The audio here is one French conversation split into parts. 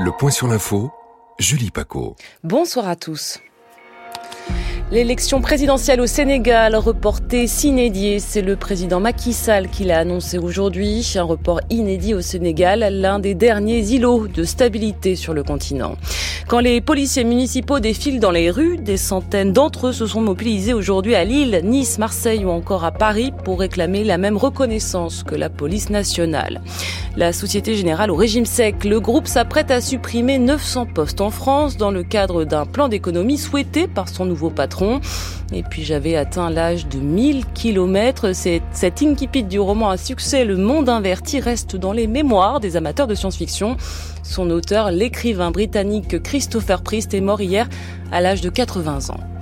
Le point sur l'info, Julie Paco. Bonsoir à tous. L'élection présidentielle au Sénégal reportée sine die, c'est le président Macky Sall qui l'a annoncé aujourd'hui. Un report inédit au Sénégal, l'un des derniers îlots de stabilité sur le continent. Quand les policiers municipaux défilent dans les rues, des centaines d'entre eux se sont mobilisés aujourd'hui à Lille, Nice, Marseille ou encore à Paris pour réclamer la même reconnaissance que la police nationale. La Société Générale au régime sec, le groupe s'apprête à supprimer 900 postes en France dans le cadre d'un plan d'économie souhaité par son nouveau patron. Et puis j'avais atteint l'âge de 1000 kilomètres. Cet incipit du roman à succès, Le Monde Inverti, reste dans les mémoires des amateurs de science-fiction. Son auteur, l'écrivain britannique Christopher Priest, est mort hier à l'âge de 80 ans.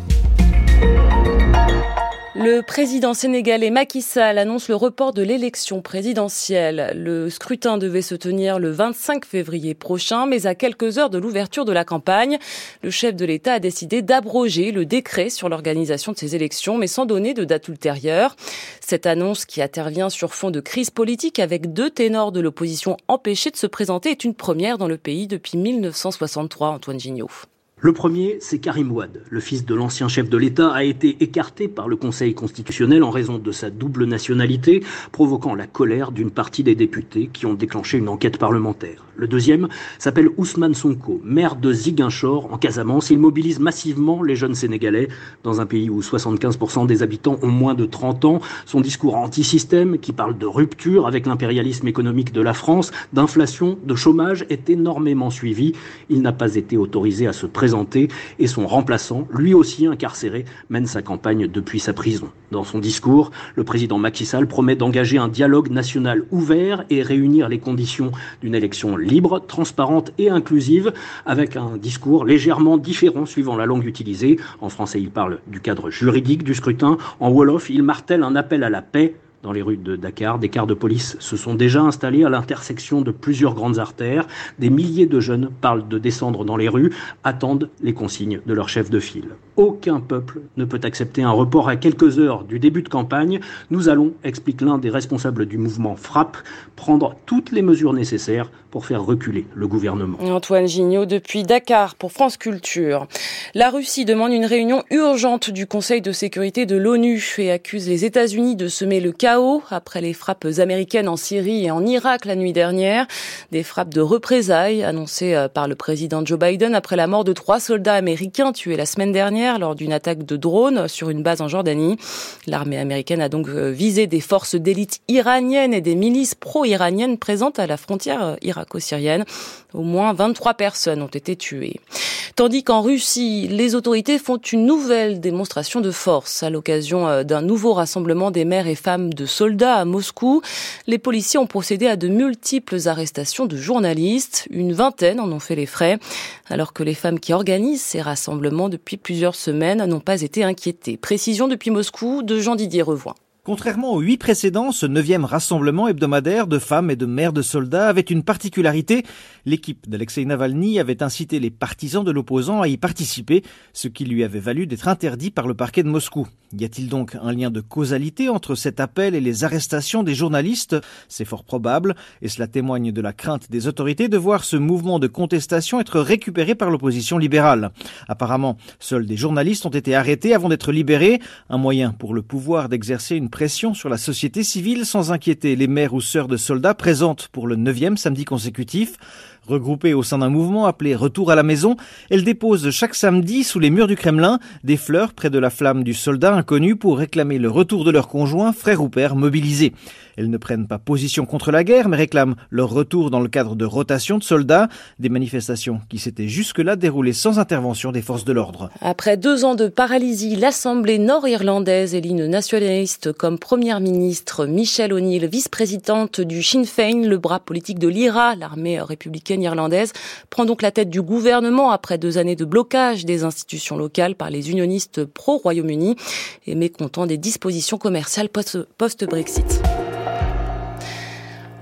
Le président sénégalais Macky Sall annonce le report de l'élection présidentielle. Le scrutin devait se tenir le 25 février prochain, mais à quelques heures de l'ouverture de la campagne, le chef de l'État a décidé d'abroger le décret sur l'organisation de ces élections, mais sans donner de date ultérieure. Cette annonce, qui intervient sur fond de crise politique avec deux ténors de l'opposition empêchés de se présenter, est une première dans le pays depuis 1963, Antoine Gignot. Le premier, c'est Karim Wade. Le fils de l'ancien chef de l'État a été écarté par le Conseil constitutionnel en raison de sa double nationalité, provoquant la colère d'une partie des députés qui ont déclenché une enquête parlementaire. Le deuxième s'appelle Ousmane Sonko, maire de Ziguinchor, en Casamance. Il mobilise massivement les jeunes Sénégalais dans un pays où 75% des habitants ont moins de 30 ans. Son discours anti-système, qui parle de rupture avec l'impérialisme économique de la France, d'inflation, de chômage, est énormément suivi. Il n'a pas été autorisé à se présenter et son remplaçant, lui aussi incarcéré, mène sa campagne depuis sa prison. Dans son discours, le président Macky Sall promet d'engager un dialogue national ouvert et réunir les conditions d'une élection libre, transparente et inclusive, avec un discours légèrement différent suivant la langue utilisée. En français, il parle du cadre juridique du scrutin. En wolof, il martèle un appel à la paix. Dans les rues de Dakar, des cars de police se sont déjà installés à l'intersection de plusieurs grandes artères. Des milliers de jeunes parlent de descendre dans les rues, attendent les consignes de leur chef de file. Aucun peuple ne peut accepter un report à quelques heures du début de campagne. Nous allons, explique l'un des responsables du mouvement Frappe, prendre toutes les mesures nécessaires pour faire reculer le gouvernement. Antoine Gignot depuis Dakar pour France Culture. La Russie demande une réunion urgente du Conseil de sécurité de l'ONU et accuse les États-Unis de semer le chaos après les frappes américaines en Syrie et en Irak la nuit dernière. Des frappes de représailles annoncées par le président Joe Biden après la mort de 3 soldats américains tués la semaine dernière lors d'une attaque de drone sur une base en Jordanie. L'armée américaine a donc visé des forces d'élite iraniennes et des milices pro-iraniennes présentes à la frontière irako-syrienne. Au moins 23 personnes ont été tuées. Tandis qu'en Russie, les autorités font une nouvelle démonstration de force à l'occasion d'un nouveau rassemblement des mères et femmes de soldats à Moscou. Les policiers ont procédé à de multiples arrestations de journalistes. Une vingtaine en ont fait les frais, alors que les femmes qui organisent ces rassemblements depuis plusieurs semaines n'ont pas été inquiétées. Précision depuis Moscou de Jean-Didier Revoin. Contrairement aux 8 précédents, ce 9e rassemblement hebdomadaire de femmes et de mères de soldats avait une particularité. L'équipe d'Alexeï Navalny avait incité les partisans de l'opposant à y participer, ce qui lui avait valu d'être interdit par le parquet de Moscou. Y a-t-il donc un lien de causalité entre cet appel et les arrestations des journalistes ? C'est fort probable, et cela témoigne de la crainte des autorités de voir ce mouvement de contestation être récupéré par l'opposition libérale. Apparemment, seuls des journalistes ont été arrêtés avant d'être libérés, un moyen pour le pouvoir d'exercer une pression sur la société civile sans inquiéter les mères ou sœurs de soldats présentes pour le 9e samedi consécutif. Regroupées au sein d'un mouvement appelé Retour à la maison, elles déposent chaque samedi sous les murs du Kremlin des fleurs près de la flamme du soldat inconnu pour réclamer le retour de leur conjoint, frère ou père mobilisés. Elles ne prennent pas position contre la guerre mais réclament leur retour dans le cadre de rotation de soldats, des manifestations qui s'étaient jusque-là déroulées sans intervention des forces de l'ordre. Après 2 ans de paralysie, l'Assemblée nord-irlandaise élit une nationaliste comme première ministre. Michelle O'Neill, vice-présidente du Sinn Féin, le bras politique de l'IRA, l'armée républicaine irlandaise, prend donc la tête du gouvernement après 2 années de blocage des institutions locales par les unionistes pro-Royaume-Uni et mécontents des dispositions commerciales post-Brexit.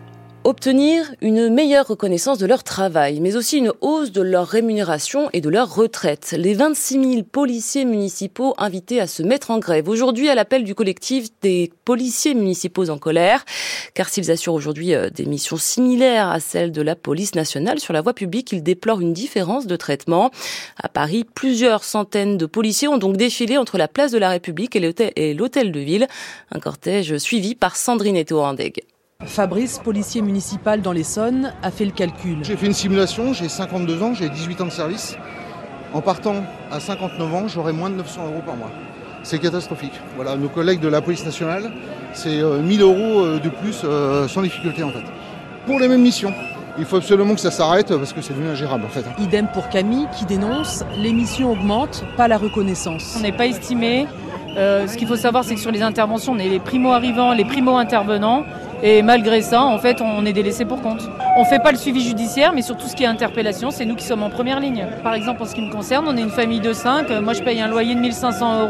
obtenir une meilleure reconnaissance de leur travail, mais aussi une hausse de leur rémunération et de leur retraite. Les 26 000 policiers municipaux invités à se mettre en grève aujourd'hui à l'appel du collectif des policiers municipaux en colère, car s'ils assurent aujourd'hui des missions similaires à celles de la police nationale sur la voie publique, ils déplorent une différence de traitement. À Paris, plusieurs centaines de policiers ont donc défilé entre la place de la République et l'hôtel de ville, un cortège suivi par Sandrine Etoandeg. Fabrice, policier municipal dans l'Essonne, a fait le calcul. J'ai fait une simulation, j'ai 52 ans, j'ai 18 ans de service. En partant à 59 ans, j'aurai moins de 900 € par mois. C'est catastrophique. Voilà, nos collègues de la police nationale, c'est 1 000 € de plus sans difficulté en fait. Pour les mêmes missions. Il faut absolument que ça s'arrête parce que c'est devenu ingérable en fait. Idem pour Camille qui dénonce « les missions augmentent, pas la reconnaissance ». On n'est pas estimé. Ce qu'il faut savoir, c'est que sur les interventions, on est les primo-arrivants, les primo-intervenants. Et malgré ça, en fait, on est délaissés pour compte. On ne fait pas le suivi judiciaire, mais sur tout ce qui est interpellation, c'est nous qui sommes en première ligne. Par exemple, en ce qui me concerne, on est une famille de 5. Moi, je paye un loyer de 1 500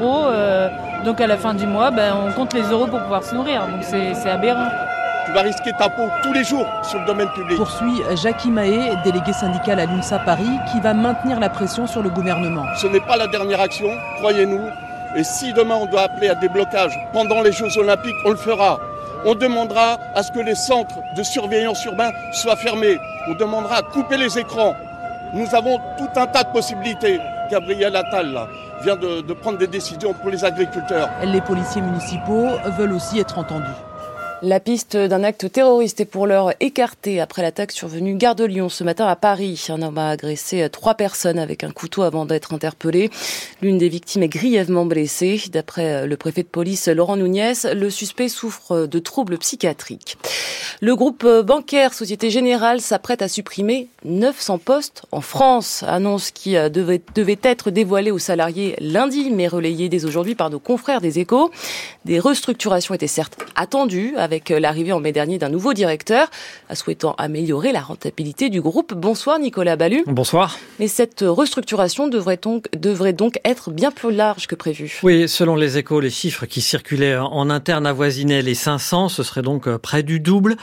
€. Donc, à la fin du mois, on compte les euros pour pouvoir se nourrir. Donc, c'est aberrant. Tu vas risquer ta peau tous les jours sur le domaine public. Poursuit Jackie Mahé, délégué syndical à l'UNSA Paris, qui va maintenir la pression sur le gouvernement. Ce n'est pas la dernière action, croyez-nous. Et si demain on doit appeler à des blocages pendant les Jeux Olympiques, on le fera. On demandera à ce que les centres de surveillance urbains soient fermés. On demandera à couper les écrans. Nous avons tout un tas de possibilités. Gabriel Attal là, vient de prendre des décisions pour les agriculteurs. Les policiers municipaux veulent aussi être entendus. La piste d'un acte terroriste est pour l'heure écartée après l'attaque survenue gare de Lyon ce matin à Paris. Un homme a agressé 3 personnes avec un couteau avant d'être interpellé. L'une des victimes est grièvement blessée. D'après le préfet de police Laurent Nunez, le suspect souffre de troubles psychiatriques. Le groupe bancaire Société Générale s'apprête à supprimer 900 postes en France. Annonce qui devait être dévoilée aux salariés lundi, mais relayée dès aujourd'hui par nos confrères des Échos. Des restructurations étaient certes attendues, avec l'arrivée en mai dernier d'un nouveau directeur, souhaitant améliorer la rentabilité du groupe. Bonsoir Nicolas Ballu. Bonsoir. Mais cette restructuration devrait donc être bien plus large que prévu. Oui, selon les Échos, les chiffres qui circulaient en interne avoisinaient les 500, ce serait donc près du double.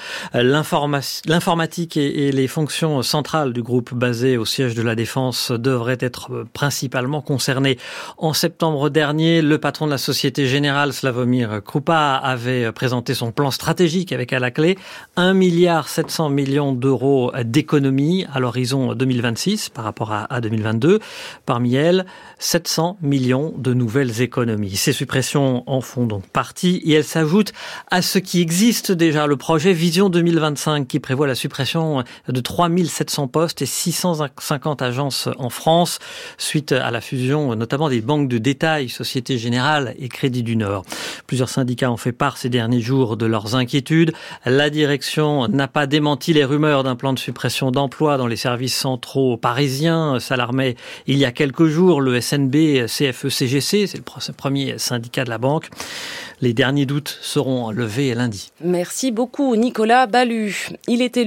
L'informatique et les fonctions centrales du groupe basé au siège de la Défense devraient être principalement concernées. En septembre dernier, le patron de la Société Générale, Slawomir Krupa, avait présenté son plan stratégique avec à la clé 1,7 milliard d'euros d'économies à l'horizon 2026 par rapport à 2022. Parmi elles, 700 millions de nouvelles économies. Ces suppressions en font donc partie et elles s'ajoutent à ce qui existe déjà, le projet Vision 2025 qui prévoit la suppression de 3700 postes et 650 agences en France suite à la fusion notamment des banques de détail Société Générale et Crédit du Nord. Plusieurs syndicats ont fait part ces derniers jours de leurs inquiétudes. La direction n'a pas démenti les rumeurs d'un plan de suppression d'emplois dans les services centraux parisiens. S'alarmait il y a quelques jours le SNB CFE-CGC, c'est le premier syndicat de la banque. Les derniers doutes seront levés lundi. Merci beaucoup Nicolas Ballu. Il était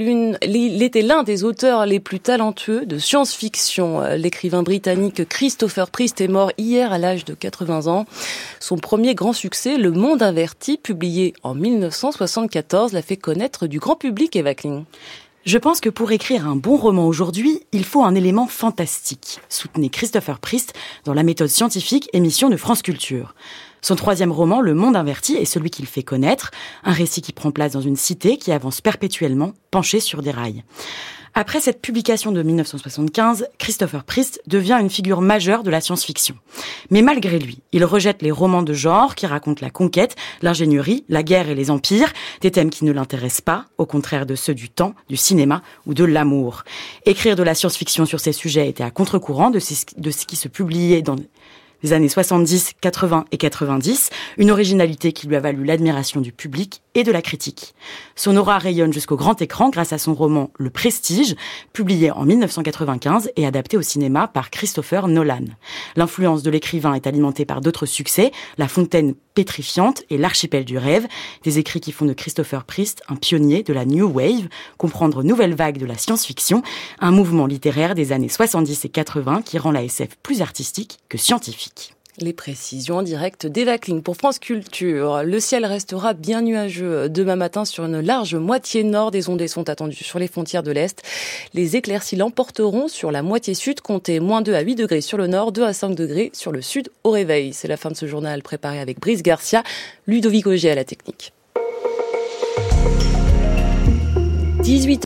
l'un des auteurs les plus talentueux de science-fiction. L'écrivain britannique Christopher Priest est mort hier à l'âge de 80 ans. Son premier grand succès, Le Monde Inverti, publié en 1974, l'a fait connaître du grand public, Eva Kling. Je pense que pour écrire un bon roman aujourd'hui, il faut un élément fantastique, soutenait Christopher Priest dans La méthode scientifique, émission de France Culture. Son 3e roman, Le Monde Inverti, est celui qu'il fait connaître, un récit qui prend place dans une cité qui avance perpétuellement, penchée sur des rails. Après cette publication de 1975, Christopher Priest devient une figure majeure de la science-fiction. Mais malgré lui, il rejette les romans de genre qui racontent la conquête, l'ingénierie, la guerre et les empires, des thèmes qui ne l'intéressent pas, au contraire de ceux du temps, du cinéma ou de l'amour. Écrire de la science-fiction sur ces sujets était à contre-courant de ce qui se publiait dans les années 70, 80 et 90, une originalité qui lui a valu l'admiration du public et de la critique. Son aura rayonne jusqu'au grand écran grâce à son roman Le Prestige, publié en 1995 et adapté au cinéma par Christopher Nolan. L'influence de l'écrivain est alimentée par d'autres succès, La Fontaine pétrifiante et L'Archipel du rêve, des écrits qui font de Christopher Priest un pionnier de la New Wave, comprendre nouvelle vague de la science-fiction, un mouvement littéraire des années 70 et 80 qui rend la SF plus artistique que scientifique. Les précisions en direct d'Eva Kling pour France Culture. Le ciel restera bien nuageux demain matin sur une large moitié nord. Des ondées sont attendues sur les frontières de l'Est. Les éclaircies l'emporteront sur la moitié sud. Comptez -2 à 8 degrés sur le nord, 2 à 5 degrés sur le sud au réveil. C'est la fin de ce journal préparé avec Brice Garcia, Ludovic Auger à la technique. 18